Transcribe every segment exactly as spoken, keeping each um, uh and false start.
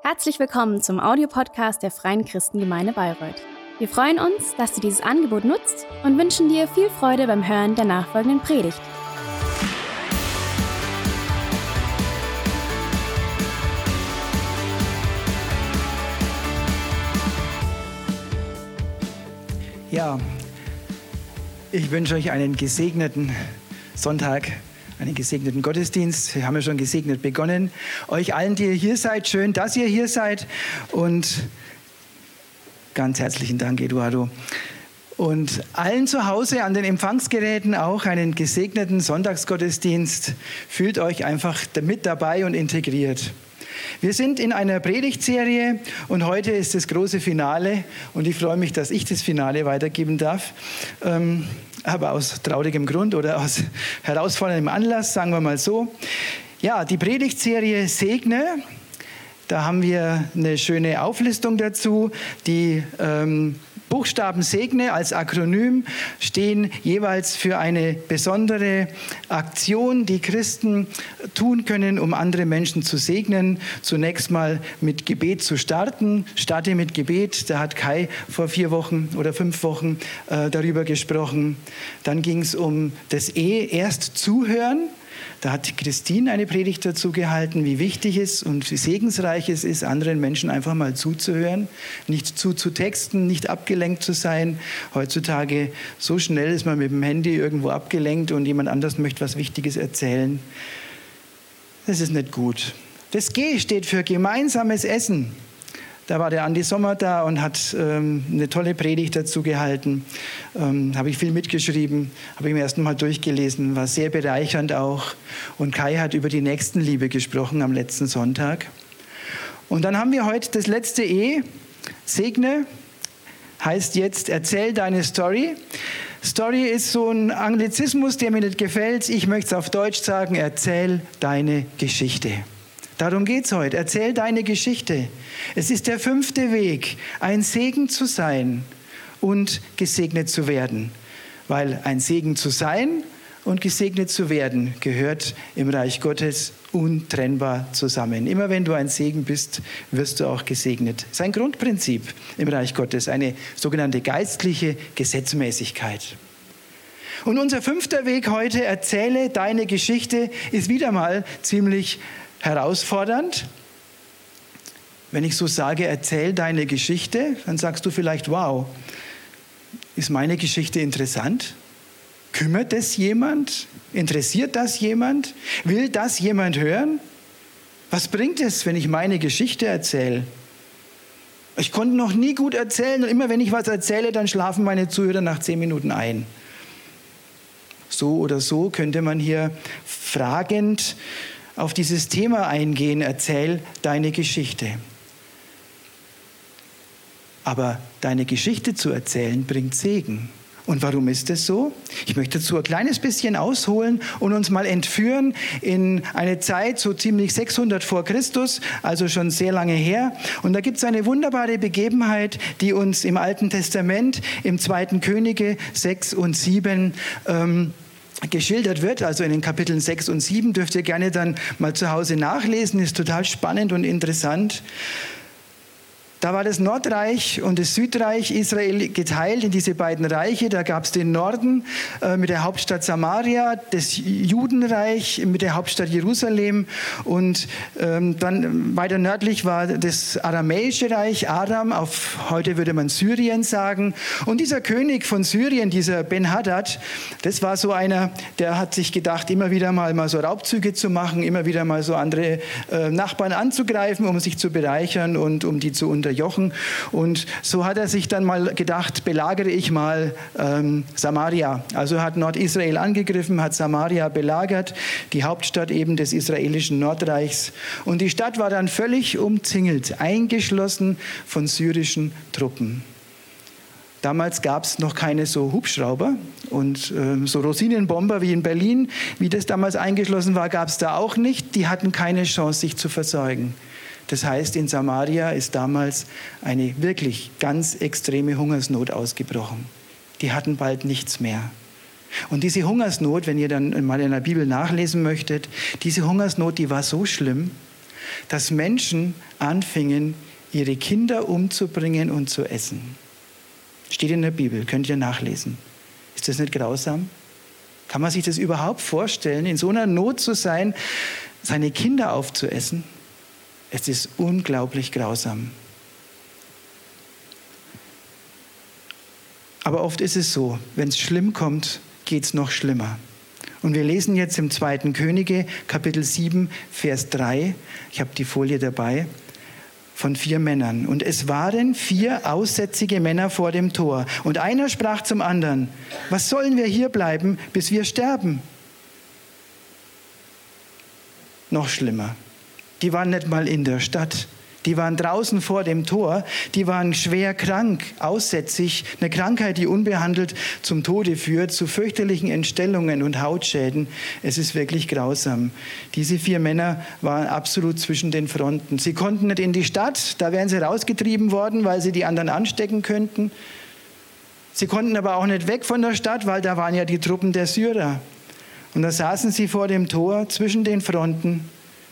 Herzlich willkommen zum Audiopodcast der Freien Christengemeinde Bayreuth. Wir freuen uns, dass du dieses Angebot nutzt und wünschen dir viel Freude beim Hören der nachfolgenden Predigt. Ja, ich wünsche euch einen gesegneten Sonntag, einen gesegneten Gottesdienst. Wir haben ja schon gesegnet begonnen. Euch allen, die ihr hier seid, schön, dass ihr hier seid. Und ganz herzlichen Dank, Eduardo. Und allen zu Hause an den Empfangsgeräten auch einen gesegneten Sonntagsgottesdienst. Fühlt euch einfach mit dabei und integriert. Wir sind in einer Predigtserie und heute ist das große Finale und ich freue mich, dass ich das Finale weitergeben darf, ähm, aber aus traurigem Grund oder aus herausforderndem Anlass, sagen wir mal so. Ja, die Predigtserie Segne, da haben wir eine schöne Auflistung dazu, die ähm, Buchstaben Segne als Akronym stehen jeweils für eine besondere Aktion, die Christen tun können, um andere Menschen zu segnen. Zunächst mal mit Gebet zu starten. Starte mit Gebet. Da hat Kai vor vier Wochen oder fünf Wochen äh, darüber gesprochen. Dann ging es um das E, erst zuhören. Da hat Christine eine Predigt dazu gehalten, wie wichtig es und wie segensreich es ist, anderen Menschen einfach mal zuzuhören, nicht zuzutexten, nicht abgelenkt zu sein. Heutzutage so schnell ist man mit dem Handy irgendwo abgelenkt und jemand anders möchte was Wichtiges erzählen. Das ist nicht gut. Das G steht für gemeinsames Essen. Da war der Andi Sommer da und hat ähm, eine tolle Predigt dazu gehalten. Ähm, habe ich viel mitgeschrieben, habe ich mir erst mal durchgelesen, war sehr bereichernd auch. Und Kai hat über die Nächstenliebe gesprochen am letzten Sonntag. Und dann haben wir heute das letzte E, Segne, heißt jetzt erzähl deine Story. Story ist so ein Anglizismus, der mir nicht gefällt. Ich möchte es auf Deutsch sagen, erzähl deine Geschichte. Darum geht es heute. Erzähl deine Geschichte. Es ist der fünfte Weg, ein Segen zu sein und gesegnet zu werden. Weil ein Segen zu sein und gesegnet zu werden gehört im Reich Gottes untrennbar zusammen. Immer wenn du ein Segen bist, wirst du auch gesegnet. Das ist ein Grundprinzip im Reich Gottes, eine sogenannte geistliche Gesetzmäßigkeit. Und unser fünfter Weg heute, erzähle deine Geschichte, ist wieder mal ziemlich herausfordernd. Wenn ich so sage, erzähl deine Geschichte, dann sagst du vielleicht, wow, ist meine Geschichte interessant? Kümmert das jemand? Interessiert das jemand? Will das jemand hören? Was bringt es, wenn ich meine Geschichte erzähle? Ich konnte noch nie gut erzählen und immer wenn ich was erzähle, dann schlafen meine Zuhörer nach zehn Minuten ein. So oder so könnte man hier fragend auf dieses Thema eingehen, erzähl deine Geschichte. Aber deine Geschichte zu erzählen, bringt Segen. Und warum ist es so? Ich möchte dazu ein kleines bisschen ausholen und uns mal entführen in eine Zeit so ziemlich sechshundert vor Christus, also schon sehr lange her. Und da gibt es eine wunderbare Begebenheit, die uns im Alten Testament, im zweiten Könige sechs und sieben, ähm, geschildert wird, also in den Kapiteln sechs und sieben, dürft ihr gerne dann mal zu Hause nachlesen, ist total spannend und interessant. Da war das Nordreich und das Südreich Israel geteilt in diese beiden Reiche. Da gab es den Norden äh, mit der Hauptstadt Samaria, das Judenreich mit der Hauptstadt Jerusalem und ähm, dann weiter nördlich war das aramäische Reich, Aram, auf heute würde man Syrien sagen. Und dieser König von Syrien, dieser Ben-Hadad, das war so einer, der hat sich gedacht, immer wieder mal, mal so Raubzüge zu machen, immer wieder mal so andere äh, Nachbarn anzugreifen, um sich zu bereichern und um die zu unterjochen. Und so hat er sich dann mal gedacht, belagere ich mal ähm, Samaria. Also er hat Nordisrael angegriffen, hat Samaria belagert, die Hauptstadt eben des israelischen Nordreichs. Und die Stadt war dann völlig umzingelt, eingeschlossen von syrischen Truppen. Damals gab es noch keine so Hubschrauber und äh, so Rosinenbomber wie in Berlin, wie das damals eingeschlossen war, gab es da auch nicht. Die hatten keine Chance, sich zu versorgen. Das heißt, in Samaria ist damals eine wirklich ganz extreme Hungersnot ausgebrochen. Die hatten bald nichts mehr. Und diese Hungersnot, wenn ihr dann mal in der Bibel nachlesen möchtet, diese Hungersnot, die war so schlimm, dass Menschen anfingen, ihre Kinder umzubringen und zu essen. Steht in der Bibel, könnt ihr nachlesen. Ist das nicht grausam? Kann man sich das überhaupt vorstellen, in so einer Not zu sein, seine Kinder aufzuessen? Es ist unglaublich grausam. Aber oft ist es so, wenn es schlimm kommt, geht es noch schlimmer. Und wir lesen jetzt im zweiten Könige, Kapitel sieben, Vers drei. Ich habe die Folie dabei. Von vier Männern. Und es waren vier aussätzige Männer vor dem Tor. Und einer sprach zum anderen: Was sollen wir hier bleiben, bis wir sterben? Noch schlimmer. Die waren nicht mal in der Stadt. Die waren draußen vor dem Tor. Die waren schwer krank, aussätzig. Eine Krankheit, die unbehandelt zum Tode führt, zu fürchterlichen Entstellungen und Hautschäden. Es ist wirklich grausam. Diese vier Männer waren absolut zwischen den Fronten. Sie konnten nicht in die Stadt, da wären sie rausgetrieben worden, weil sie die anderen anstecken könnten. Sie konnten aber auch nicht weg von der Stadt, weil da waren ja die Truppen der Syrer. Und da saßen sie vor dem Tor zwischen den Fronten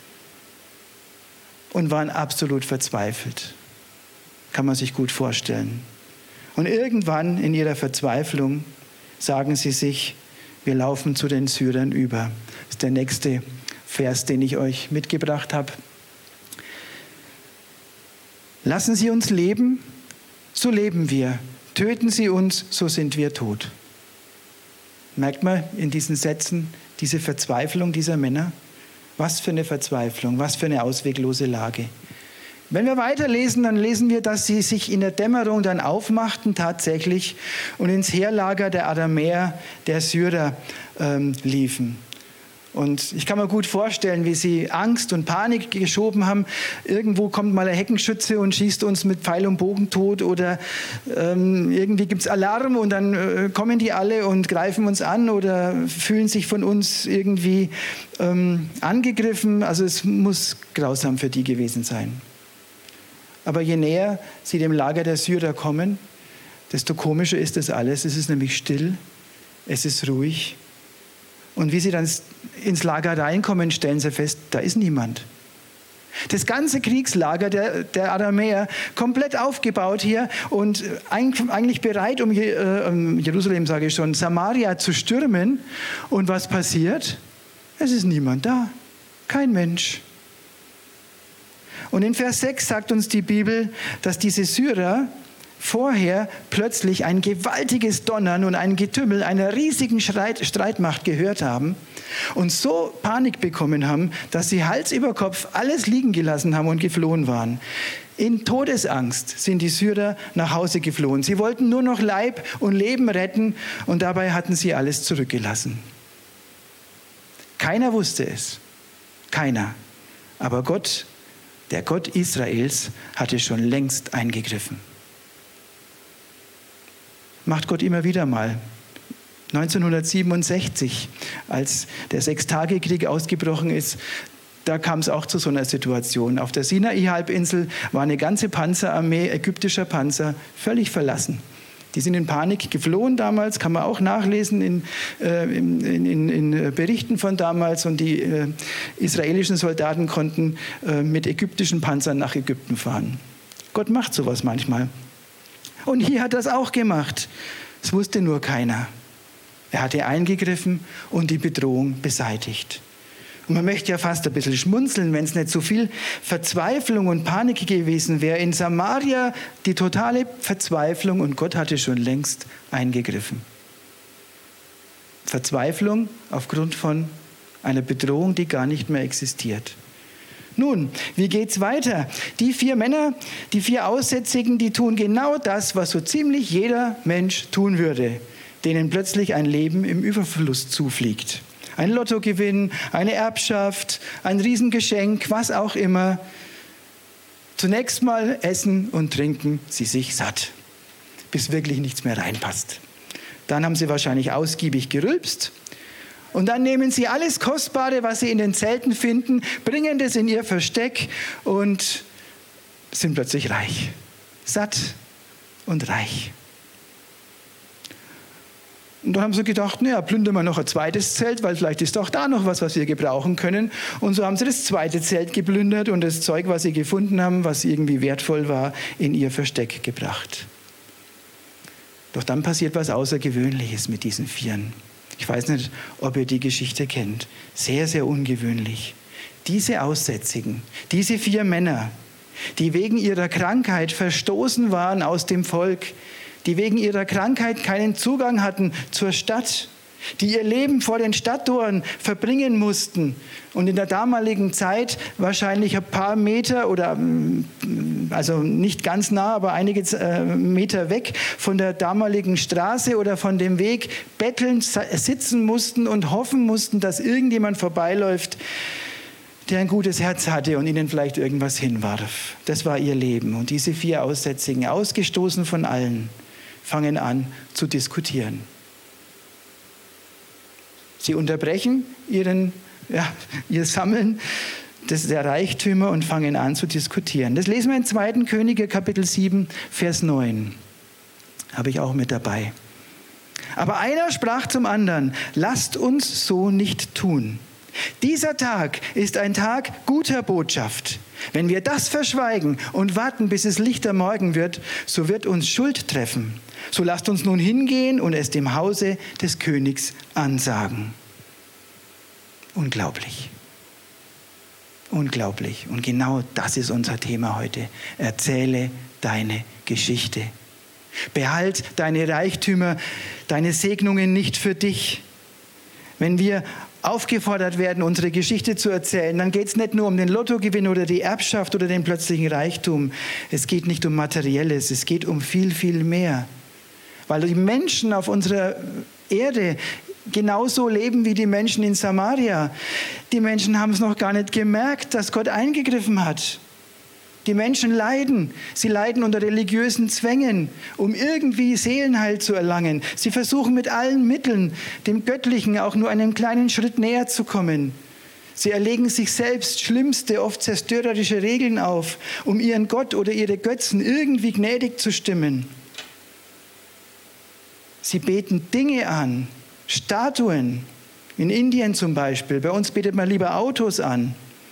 und waren absolut verzweifelt. Kann man sich gut vorstellen. Und irgendwann in ihrer Verzweiflung sagen sie sich: Wir laufen zu den Syrern über. Das ist der nächste Vers, den ich euch mitgebracht habe. Lassen Sie uns leben, so leben wir. Töten Sie uns, so sind wir tot. Merkt man in diesen Sätzen diese Verzweiflung dieser Männer? Was für eine Verzweiflung, was für eine ausweglose Lage. Wenn wir weiterlesen, dann lesen wir, dass sie sich in der Dämmerung dann aufmachten tatsächlich und ins Heerlager der Aramäer, der Syrer ähm, liefen. Und ich kann mir gut vorstellen, wie sie Angst und Panik geschoben haben. Irgendwo kommt mal ein Heckenschütze und schießt uns mit Pfeil und Bogen tot oder ähm, irgendwie gibt es Alarm und dann äh, kommen die alle und greifen uns an oder fühlen sich von uns irgendwie ähm, angegriffen. Also es muss grausam für die gewesen sein. Aber je näher sie dem Lager der Syrer kommen, desto komischer ist das alles. Es ist nämlich still, es ist ruhig. Und wie sie dann ins Lager reinkommen, stellen sie fest, da ist niemand. Das ganze Kriegslager der, der Aramäer, komplett aufgebaut hier und eigentlich bereit, um Jerusalem, sage ich schon, Samaria zu stürmen. Und was passiert? Es ist niemand da, kein Mensch. Und in Vers sechs sagt uns die Bibel, dass diese Syrer vorher plötzlich ein gewaltiges Donnern und ein Getümmel einer riesigen Streit, Streitmacht gehört haben und so Panik bekommen haben, dass sie Hals über Kopf alles liegen gelassen haben und geflohen waren. In Todesangst sind die Syrer nach Hause geflohen. Sie wollten nur noch Leib und Leben retten und dabei hatten sie alles zurückgelassen. Keiner wusste es. Keiner. Aber Gott, der Gott Israels, hatte schon längst eingegriffen. Macht Gott immer wieder mal. neunzehnhundertsiebenundsechzig, als der Sechstagekrieg ausgebrochen ist, da kam es auch zu so einer Situation. Auf der Sinai-Halbinsel war eine ganze Panzerarmee ägyptischer Panzer völlig verlassen. Die sind in Panik geflohen damals, kann man auch nachlesen in, äh, in, in, in Berichten von damals. Und die äh, israelischen Soldaten konnten äh, mit ägyptischen Panzern nach Ägypten fahren. Gott macht sowas manchmal. Und hier hat er es auch gemacht. Es wusste nur keiner. Er hatte eingegriffen und die Bedrohung beseitigt. Und man möchte ja fast ein bisschen schmunzeln, wenn es nicht so viel Verzweiflung und Panik gewesen wäre. In Samaria die totale Verzweiflung und Gott hatte schon längst eingegriffen. Verzweiflung aufgrund von einer Bedrohung, die gar nicht mehr existiert. Nun, wie geht's weiter? Die vier Männer, die vier Aussätzigen, die tun genau das, was so ziemlich jeder Mensch tun würde, denen plötzlich ein Leben im Überfluss zufliegt. Ein Lottogewinn, eine Erbschaft, ein Riesengeschenk, was auch immer. Zunächst mal essen und trinken sie sich satt, bis wirklich nichts mehr reinpasst. Dann haben sie wahrscheinlich ausgiebig gerülpst. Und dann nehmen sie alles Kostbare, was sie in den Zelten finden, bringen das in ihr Versteck und sind plötzlich reich. Satt und reich. Und dann haben sie gedacht, naja, plündern wir noch ein zweites Zelt, weil vielleicht ist doch da noch was, was wir gebrauchen können. Und so haben sie das zweite Zelt geplündert und das Zeug, was sie gefunden haben, was irgendwie wertvoll war, in ihr Versteck gebracht. Doch dann passiert was Außergewöhnliches mit diesen Vieren. Ich weiß nicht, ob ihr die Geschichte kennt. Sehr, sehr ungewöhnlich. Diese Aussätzigen, diese vier Männer, die wegen ihrer Krankheit verstoßen waren aus dem Volk, die wegen ihrer Krankheit keinen Zugang hatten zur Stadt, die ihr Leben vor den Stadttoren verbringen mussten und in der damaligen Zeit wahrscheinlich ein paar Meter oder also nicht ganz nah, aber einige Meter weg von der damaligen Straße oder von dem Weg bettelnd sitzen mussten und hoffen mussten, dass irgendjemand vorbeiläuft, der ein gutes Herz hatte und ihnen vielleicht irgendwas hinwarf. Das war ihr Leben. Und diese vier Aussätzigen, ausgestoßen von allen, fangen an zu diskutieren. Sie unterbrechen ihren, ja, ihr Sammeln des, der Reichtümer und fangen an zu diskutieren. Das lesen wir in zweiten Könige, Kapitel sieben, Vers neun. Habe ich auch mit dabei. Aber einer sprach zum anderen, lasst uns so nicht tun. Dieser Tag ist ein Tag guter Botschaft. Wenn wir das verschweigen und warten, bis es lichter Morgen wird, so wird uns Schuld treffen. So lasst uns nun hingehen und es dem Hause des Königs ansagen. Unglaublich. Unglaublich. Und genau das ist unser Thema heute. Erzähle deine Geschichte. Behalt deine Reichtümer, deine Segnungen nicht für dich. Wenn wir aufgefordert werden, unsere Geschichte zu erzählen, dann geht es nicht nur um den Lottogewinn oder die Erbschaft oder den plötzlichen Reichtum. Es geht nicht um Materielles, es geht um viel, viel mehr. Weil die Menschen auf unserer Erde genauso leben wie die Menschen in Samaria. Die Menschen haben es noch gar nicht gemerkt, dass Gott eingegriffen hat. Die Menschen leiden. Sie leiden unter religiösen Zwängen, um irgendwie Seelenheil zu erlangen. Sie versuchen mit allen Mitteln, dem Göttlichen auch nur einen kleinen Schritt näher zu kommen. Sie erlegen sich selbst schlimmste, oft zerstörerische Regeln auf, um ihren Gott oder ihre Götzen irgendwie gnädig zu stimmen. Sie beten Dinge an, Statuen. In Indien zum Beispiel. Bei uns betet man lieber Autos an.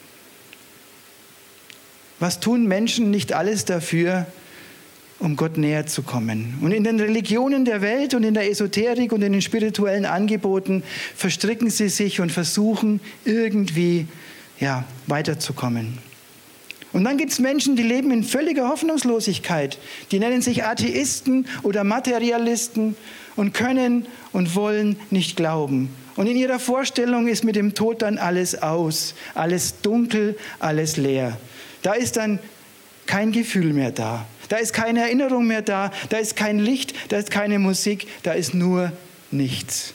Was tun Menschen nicht alles dafür, um Gott näher zu kommen? Und in den Religionen der Welt und in der Esoterik und in den spirituellen Angeboten verstricken sie sich und versuchen irgendwie ja, weiterzukommen. Und dann gibt es Menschen, die leben in völliger Hoffnungslosigkeit. Die nennen sich Atheisten oder Materialisten und können und wollen nicht glauben. Und in ihrer Vorstellung ist mit dem Tod dann alles aus, alles dunkel, alles leer. Da ist dann kein Gefühl mehr da. Da ist keine Erinnerung mehr da. Da ist kein Licht, da ist keine Musik, da ist nur nichts.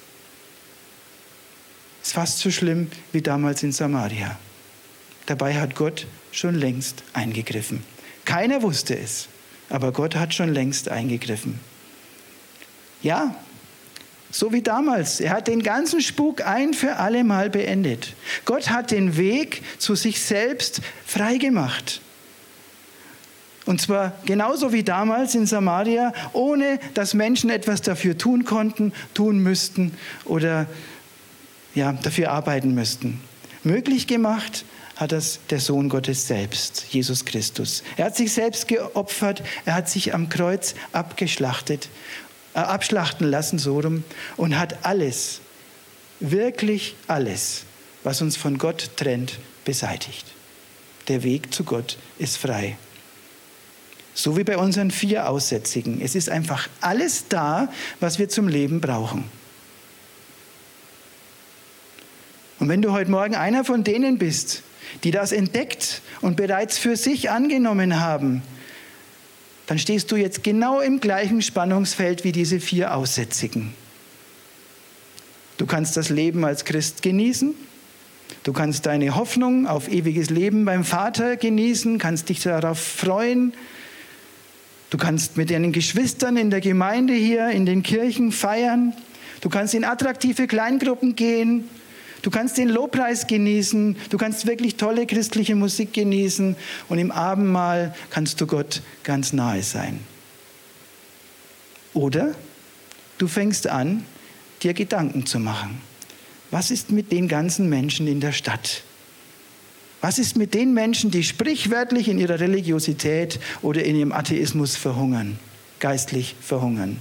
Ist fast so schlimm wie damals in Samaria. Dabei hat Gott schon längst eingegriffen. Keiner wusste es, aber Gott hat schon längst eingegriffen. Ja, so wie damals. Er hat den ganzen Spuk ein für alle Mal beendet. Gott hat den Weg zu sich selbst freigemacht. Und zwar genauso wie damals in Samaria, ohne dass Menschen etwas dafür tun konnten, tun müssten oder ja, dafür arbeiten müssten. Möglich gemacht hat das der Sohn Gottes selbst, Jesus Christus. Er hat sich selbst geopfert, er hat sich am Kreuz abgeschlachtet, äh, abschlachten lassen, so rum, und hat alles, wirklich alles, was uns von Gott trennt, beseitigt. Der Weg zu Gott ist frei. So wie bei unseren vier Aussätzigen. Es ist einfach alles da, was wir zum Leben brauchen. Und wenn du heute Morgen einer von denen bist, die das entdeckt und bereits für sich angenommen haben, dann stehst du jetzt genau im gleichen Spannungsfeld wie diese vier Aussätzigen. Du kannst das Leben als Christ genießen. Du kannst deine Hoffnung auf ewiges Leben beim Vater genießen, kannst dich darauf freuen. Du kannst mit deinen Geschwistern in der Gemeinde hier, in den Kirchen feiern. Du kannst in attraktive Kleingruppen gehen. Du kannst den Lobpreis genießen. Du kannst wirklich tolle christliche Musik genießen. Und im Abendmahl kannst du Gott ganz nahe sein. Oder du fängst an, dir Gedanken zu machen. Was ist mit den ganzen Menschen in der Stadt? Was ist mit den Menschen, die sprichwörtlich in ihrer Religiosität oder in ihrem Atheismus verhungern, geistlich verhungern?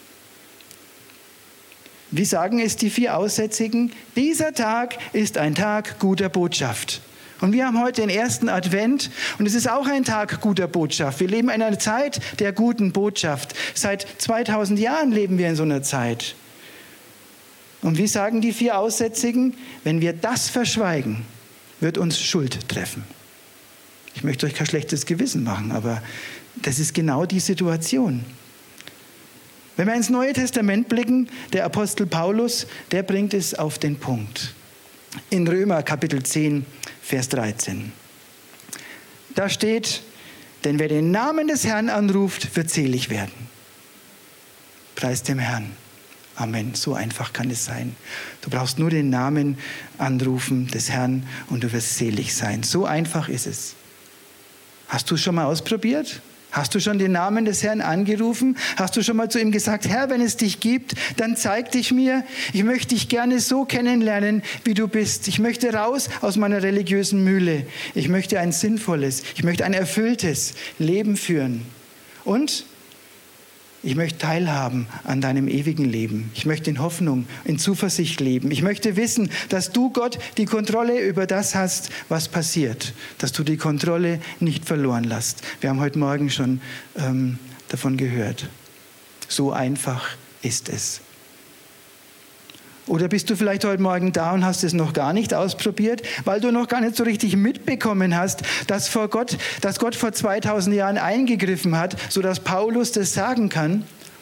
Wie sagen es die vier Aussätzigen? Dieser Tag ist ein Tag guter Botschaft. Und wir haben heute den ersten Advent und es ist auch ein Tag guter Botschaft. Wir leben in einer Zeit der guten Botschaft. Seit zweitausend Jahren leben wir in so einer Zeit. Und wie sagen die vier Aussätzigen? Wenn wir das verschweigen, wird uns Schuld treffen. Ich möchte euch kein schlechtes Gewissen machen, aber das ist genau die Situation. Wenn wir ins Neue Testament blicken, der Apostel Paulus, der bringt es auf den Punkt. In Römer Kapitel zehn, Vers dreizehn. Da steht, denn wer den Namen des Herrn anruft, wird selig werden. Preis dem Herrn. Amen. So einfach kann es sein. Du brauchst nur den Namen anrufen des Herrn und du wirst selig sein. So einfach ist es. Hast du es schon mal ausprobiert? Hast du schon den Namen des Herrn angerufen? Hast du schon mal zu ihm gesagt, Herr, wenn es dich gibt, dann zeig dich mir. Ich möchte dich gerne so kennenlernen, wie du bist. Ich möchte raus aus meiner religiösen Mühle. Ich möchte ein sinnvolles, ich möchte ein erfülltes Leben führen. Und ich möchte teilhaben an deinem ewigen Leben. Ich möchte in Hoffnung, in Zuversicht leben. Ich möchte wissen, dass du, Gott, die Kontrolle über das hast, was passiert. Dass du die Kontrolle nicht verloren lässt. Wir haben heute Morgen schon ähm, davon gehört. So einfach ist es. Oder bist du vielleicht heute Morgen da und hast es noch gar nicht ausprobiert, weil du noch gar nicht so richtig mitbekommen hast, dass, vor Gott, dass Gott vor zweitausend Jahren eingegriffen hat, sodass Paulus das sagen kann?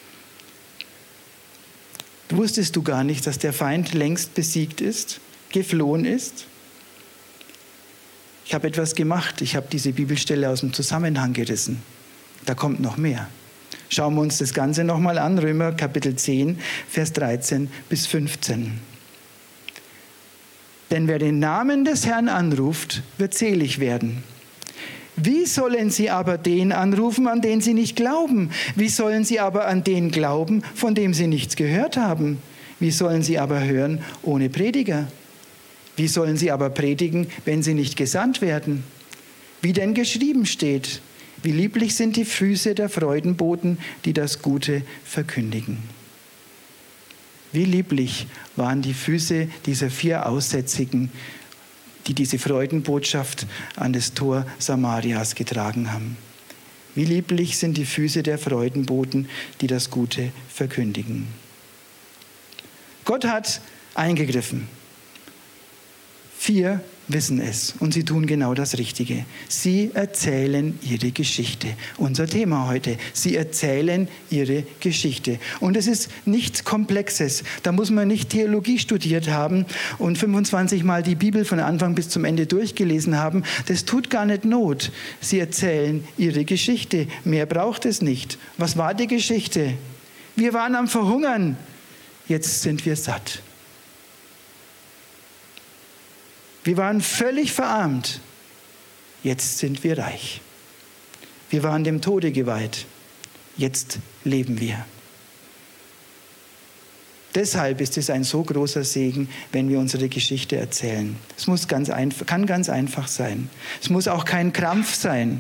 Wusstest du gar nicht, dass der Feind längst besiegt ist, geflohen ist? Ich habe etwas gemacht, ich habe diese Bibelstelle aus dem Zusammenhang gerissen. Da kommt noch mehr. Schauen wir uns das Ganze nochmal an, Römer Kapitel zehn, Vers dreizehn bis fünfzehn. Denn wer den Namen des Herrn anruft, wird selig werden. Wie sollen sie aber den anrufen, an den sie nicht glauben? Wie sollen sie aber an den glauben, von dem sie nichts gehört haben? Wie sollen sie aber hören ohne Prediger? Wie sollen sie aber predigen, wenn sie nicht gesandt werden? Wie denn geschrieben steht, wie lieblich sind die Füße der Freudenboten, die das Gute verkündigen. Wie lieblich waren die Füße dieser vier Aussätzigen, die diese Freudenbotschaft an das Tor Samarias getragen haben. Wie lieblich sind die Füße der Freudenboten, die das Gute verkündigen. Gott hat eingegriffen. Vier wissen es und sie tun genau das Richtige. Sie erzählen ihre Geschichte. Unser Thema heute. Sie erzählen ihre Geschichte. Und es ist nichts Komplexes. Da muss man nicht Theologie studiert haben und fünfundzwanzig Mal die Bibel von Anfang bis zum Ende durchgelesen haben. Das tut gar nicht Not. Sie erzählen ihre Geschichte. Mehr braucht es nicht. Was war die Geschichte? Wir waren am Verhungern. Jetzt sind wir satt. Wir waren völlig verarmt. Jetzt sind wir reich. Wir waren dem Tode geweiht. Jetzt leben wir. Deshalb ist es ein so großer Segen, wenn wir unsere Geschichte erzählen. Es muss ganz einfach, kann ganz einfach sein. Es muss auch kein Krampf sein.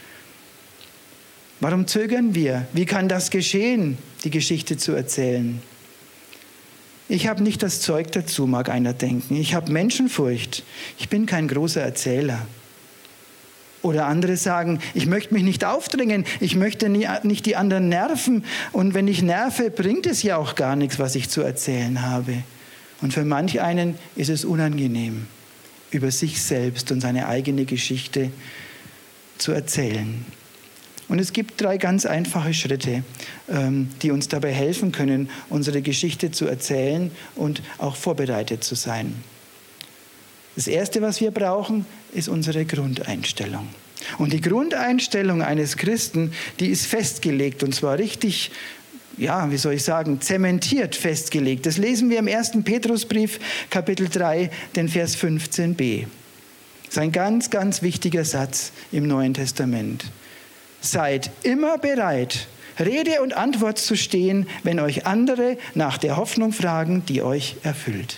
Warum zögern wir? Wie kann das geschehen, die Geschichte zu erzählen? Ich habe nicht das Zeug dazu, mag einer denken. Ich habe Menschenfurcht. Ich bin kein großer Erzähler. Oder andere sagen, ich möchte mich nicht aufdrängen, ich möchte nicht die anderen nerven. Und wenn ich nerve, bringt es ja auch gar nichts, was ich zu erzählen habe. Und für manch einen ist es unangenehm, über sich selbst und seine eigene Geschichte zu erzählen. Und es gibt drei ganz einfache Schritte, die uns dabei helfen können, unsere Geschichte zu erzählen und auch vorbereitet zu sein. Das Erste, was wir brauchen, ist unsere Grundeinstellung. Und die Grundeinstellung eines Christen, die ist festgelegt und zwar richtig, ja, wie soll ich sagen, zementiert festgelegt. Das lesen wir im ersten Petrusbrief, Kapitel drei, den Vers fünfzehn b. Das ist ein ganz, ganz wichtiger Satz im Neuen Testament. Seid immer bereit, Rede und Antwort zu stehen, wenn euch andere nach der Hoffnung fragen, die euch erfüllt.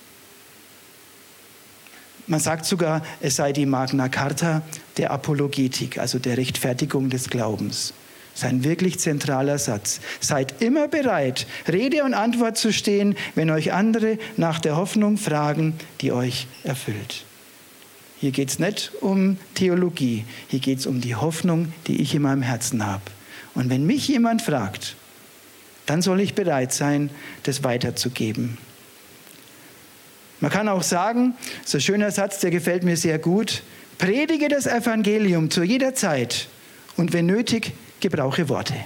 Man sagt sogar, es sei die Magna Carta der Apologetik, also der Rechtfertigung des Glaubens. Das ist ein wirklich zentraler Satz. Seid immer bereit, Rede und Antwort zu stehen, wenn euch andere nach der Hoffnung fragen, die euch erfüllt. Hier geht es nicht um Theologie, hier geht es um die Hoffnung, die ich in meinem Herzen habe. Und wenn mich jemand fragt, dann soll ich bereit sein, das weiterzugeben. Man kann auch sagen, das ist ein schöner Satz, der gefällt mir sehr gut, predige das Evangelium zu jeder Zeit und wenn nötig, gebrauche Worte.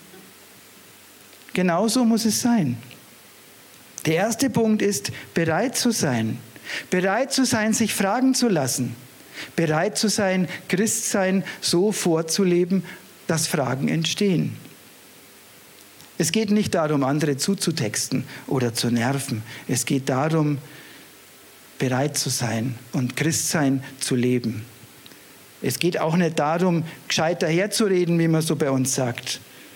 Genauso muss es sein. Der erste Punkt ist, bereit zu sein. Bereit zu sein, sich fragen zu lassen. Bereit zu sein, Christsein so vorzuleben, dass Fragen entstehen. Es geht nicht darum, andere zuzutexten oder zu nerven. Es geht darum, bereit zu sein und Christsein zu leben. Es geht auch nicht darum, gescheit daherzureden, wie man so bei uns sagt.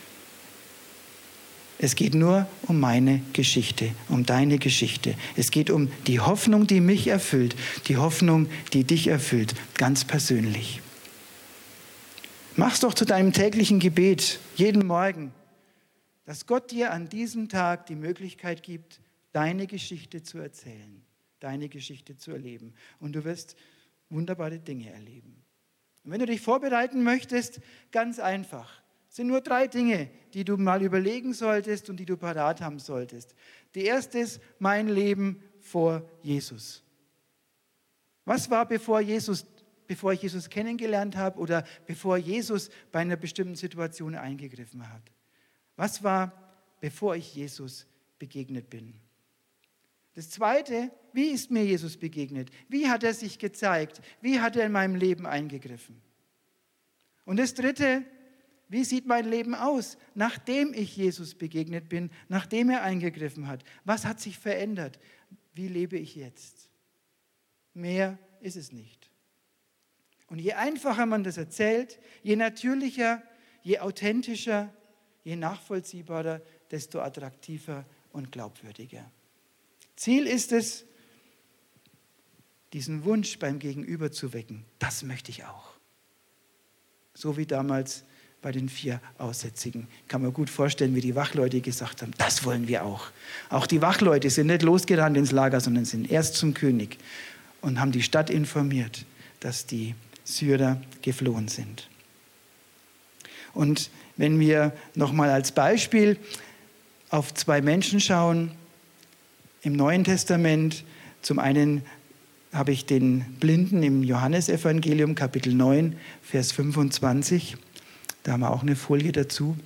Es geht nur um meine Geschichte, um deine Geschichte. Es geht um die Hoffnung, die mich erfüllt, die Hoffnung, die dich erfüllt, ganz persönlich. Mach's doch zu deinem täglichen Gebet, jeden Morgen, dass Gott dir an diesem Tag die Möglichkeit gibt, deine Geschichte zu erzählen, deine Geschichte zu erleben. Und du wirst wunderbare Dinge erleben. Und wenn du dich vorbereiten möchtest, ganz einfach. Es sind nur drei Dinge, die du mal überlegen solltest und die du parat haben solltest. Die erste ist mein Leben vor Jesus. Was war, bevor, Jesus, bevor ich Jesus kennengelernt habe oder bevor Jesus bei einer bestimmten Situation eingegriffen hat? Was war, bevor ich Jesus begegnet bin? Das Zweite, wie ist mir Jesus begegnet? Wie hat er sich gezeigt? Wie hat er in meinem Leben eingegriffen? Und das Dritte, wie sieht mein Leben aus, nachdem ich Jesus begegnet bin, nachdem er eingegriffen hat? Was hat sich verändert? Wie lebe ich jetzt? Mehr ist es nicht. Und je einfacher man das erzählt, je natürlicher, je authentischer, je nachvollziehbarer, desto attraktiver und glaubwürdiger. Ziel ist es, diesen Wunsch beim Gegenüber zu wecken. Das möchte ich auch. So wie damals bei den vier Aussätzigen. Kann man gut vorstellen, wie die Wachleute gesagt haben, das wollen wir auch. Auch die Wachleute sind nicht losgerannt ins Lager, sondern sind erst zum König und haben die Stadt informiert, dass die Syrer geflohen sind. Und wenn wir nochmal als Beispiel auf zwei Menschen schauen, im Neuen Testament, zum einen habe ich den Blinden im Johannesevangelium, Kapitel neun, Vers fünfundzwanzig. Da haben wir auch eine Folie dazu.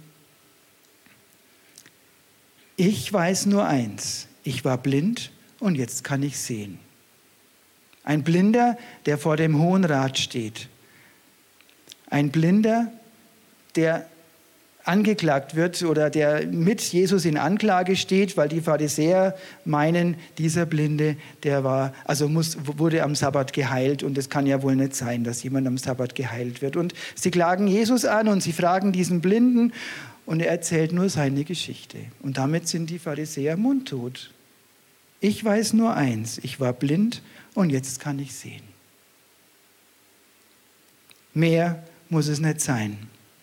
Ich weiß nur eins, ich war blind und jetzt kann ich sehen. Ein Blinder, der vor dem Hohen Rat steht. Ein Blinder, der angeklagt wird oder der mit Jesus in Anklage steht, weil die Pharisäer meinen, dieser Blinde, der war, also muss, wurde am Sabbat geheilt und es kann ja wohl nicht sein, dass jemand am Sabbat geheilt wird. Und sie klagen Jesus an und sie fragen diesen Blinden und er erzählt nur seine Geschichte. Und damit sind die Pharisäer mundtot. Ich weiß nur eins, ich war blind und jetzt kann ich sehen. Mehr muss es nicht sein.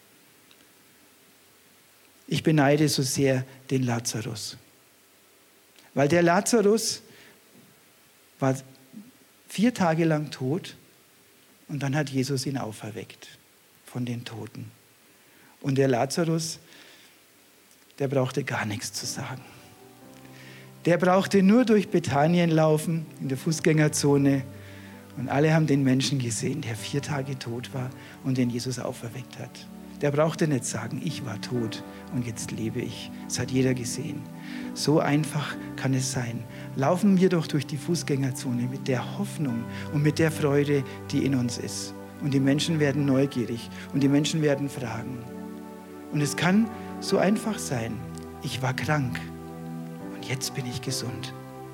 Ich beneide so sehr den Lazarus. Weil der Lazarus war vier Tage lang tot und dann hat Jesus ihn auferweckt von den Toten. Und der Lazarus, der brauchte gar nichts zu sagen. Der brauchte nur durch Bethanien laufen, in der Fußgängerzone. Und alle haben den Menschen gesehen, der vier Tage tot war und den Jesus auferweckt hat. Der brauchte nicht sagen, ich war tot und jetzt lebe ich. Das hat jeder gesehen. So einfach kann es sein. Laufen wir doch durch die Fußgängerzone mit der Hoffnung und mit der Freude, die in uns ist. Und die Menschen werden neugierig und die Menschen werden fragen. Und es kann so einfach sein. Ich war krank und jetzt bin ich gesund.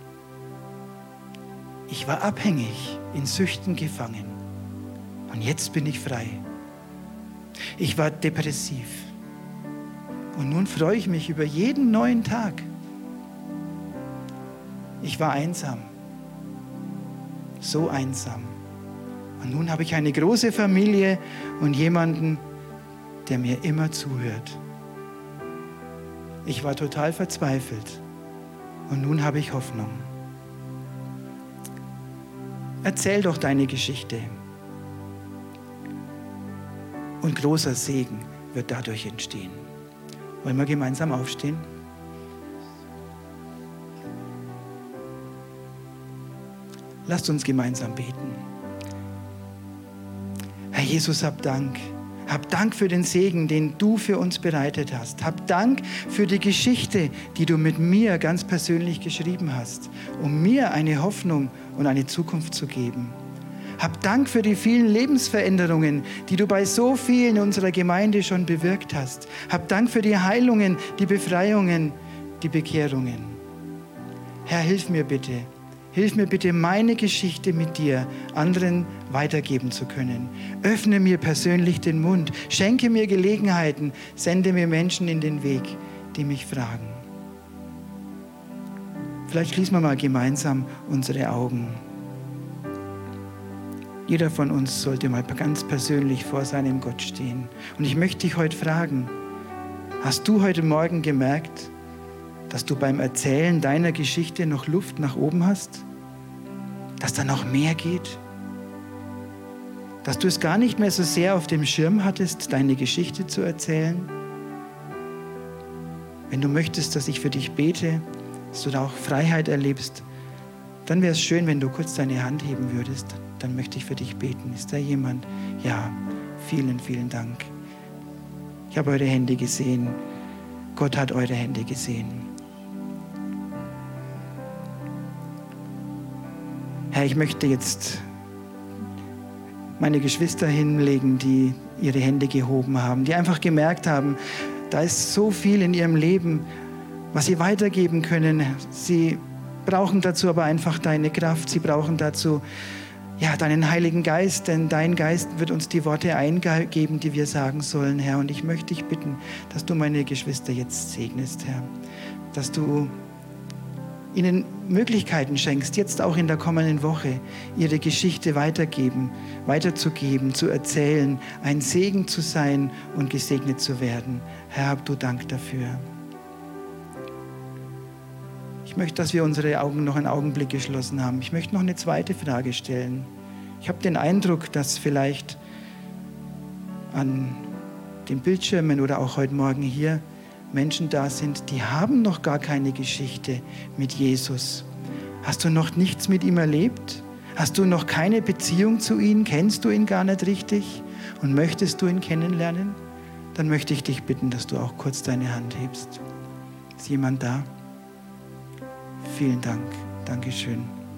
Ich war abhängig, in Süchten gefangen und jetzt bin ich frei. Ich war depressiv Und nun freue ich mich über jeden neuen Tag. Ich war einsam, so einsam. Und nun habe ich eine große Familie und jemanden, der mir immer zuhört. Ich war total verzweifelt und nun habe ich Hoffnung. Erzähl doch deine Geschichte. Und großer Segen wird dadurch entstehen. Wollen wir gemeinsam aufstehen? Lasst uns gemeinsam beten. Herr Jesus, hab Dank. Hab Dank für den Segen, den du für uns bereitet hast. Hab Dank für die Geschichte, die du mit mir ganz persönlich geschrieben hast, um mir eine Hoffnung und eine Zukunft zu geben. Hab Dank für die vielen Lebensveränderungen, die du bei so vielen in unserer Gemeinde schon bewirkt hast. Hab Dank für die Heilungen, die Befreiungen, die Bekehrungen. Herr, hilf mir bitte. Hilf mir bitte, meine Geschichte mit dir anderen weitergeben zu können. Öffne mir persönlich den Mund, schenke mir Gelegenheiten, sende mir Menschen in den Weg, die mich fragen. Vielleicht schließen wir mal gemeinsam unsere Augen. Jeder von uns sollte mal ganz persönlich vor seinem Gott stehen. Und ich möchte dich heute fragen, hast du heute Morgen gemerkt, dass du beim Erzählen deiner Geschichte noch Luft nach oben hast? Dass da noch mehr geht? Dass du es gar nicht mehr so sehr auf dem Schirm hattest, deine Geschichte zu erzählen? Wenn du möchtest, dass ich für dich bete, dass du da auch Freiheit erlebst, dann wäre es schön, wenn du kurz deine Hand heben würdest. Dann möchte ich für dich beten. Ist da jemand? Ja, vielen, vielen Dank. Ich habe eure Hände gesehen. Gott hat eure Hände gesehen. Herr, ich möchte jetzt meine Geschwister hinlegen, die ihre Hände gehoben haben, die einfach gemerkt haben, da ist so viel in ihrem Leben, was sie weitergeben können. Sie brauchen dazu aber einfach deine Kraft. Sie brauchen dazu ja, deinen Heiligen Geist, denn dein Geist wird uns die Worte eingeben, die wir sagen sollen, Herr. Und ich möchte dich bitten, dass du meine Geschwister jetzt segnest, Herr, dass du ihnen Möglichkeiten schenkst, jetzt auch in der kommenden Woche, ihre Geschichte weitergeben, weiterzugeben, zu erzählen, ein Segen zu sein und gesegnet zu werden. Herr, hab du Dank dafür. Ich möchte, dass wir unsere Augen noch einen Augenblick geschlossen haben. Ich möchte noch eine zweite Frage stellen. Ich habe den Eindruck, dass vielleicht an den Bildschirmen oder auch heute Morgen hier Menschen da sind, die haben noch gar keine Geschichte mit Jesus. Hast du noch nichts mit ihm erlebt? Hast du noch keine Beziehung zu ihm? Kennst du ihn gar nicht richtig? Und möchtest du ihn kennenlernen? Dann möchte ich dich bitten, dass du auch kurz deine Hand hebst. Ist jemand da? Vielen Dank. Dankeschön.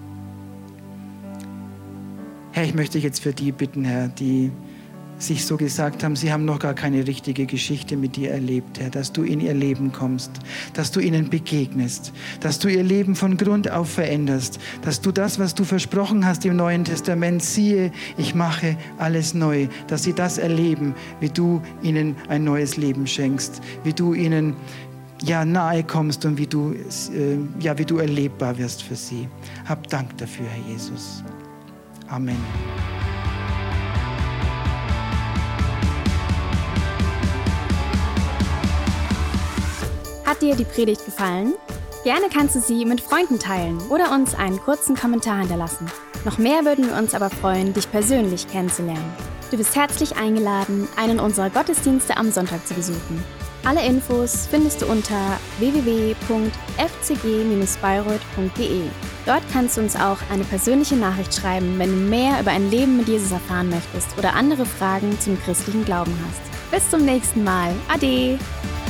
Herr, ich möchte dich jetzt für die bitten, Herr, die sich so gesagt haben, sie haben noch gar keine richtige Geschichte mit dir erlebt, Herr, dass du in ihr Leben kommst, dass du ihnen begegnest, dass du ihr Leben von Grund auf veränderst, dass du das, was du versprochen hast im Neuen Testament, siehe, ich mache alles neu, dass sie das erleben, wie du ihnen ein neues Leben schenkst, wie du ihnen ja, nahe kommst und wie du, äh, ja, wie du erlebbar wirst für sie. Hab Dank dafür, Herr Jesus. Amen. Hat dir die Predigt gefallen? Gerne kannst du sie mit Freunden teilen oder uns einen kurzen Kommentar hinterlassen. Noch mehr würden wir uns aber freuen, dich persönlich kennenzulernen. Du bist herzlich eingeladen, einen unserer Gottesdienste am Sonntag zu besuchen. Alle Infos findest du unter w w w punkt f c g bindestrich bayreuth punkt d e. Dort kannst du uns auch eine persönliche Nachricht schreiben, wenn du mehr über ein Leben mit Jesus erfahren möchtest oder andere Fragen zum christlichen Glauben hast. Bis zum nächsten Mal. Ade!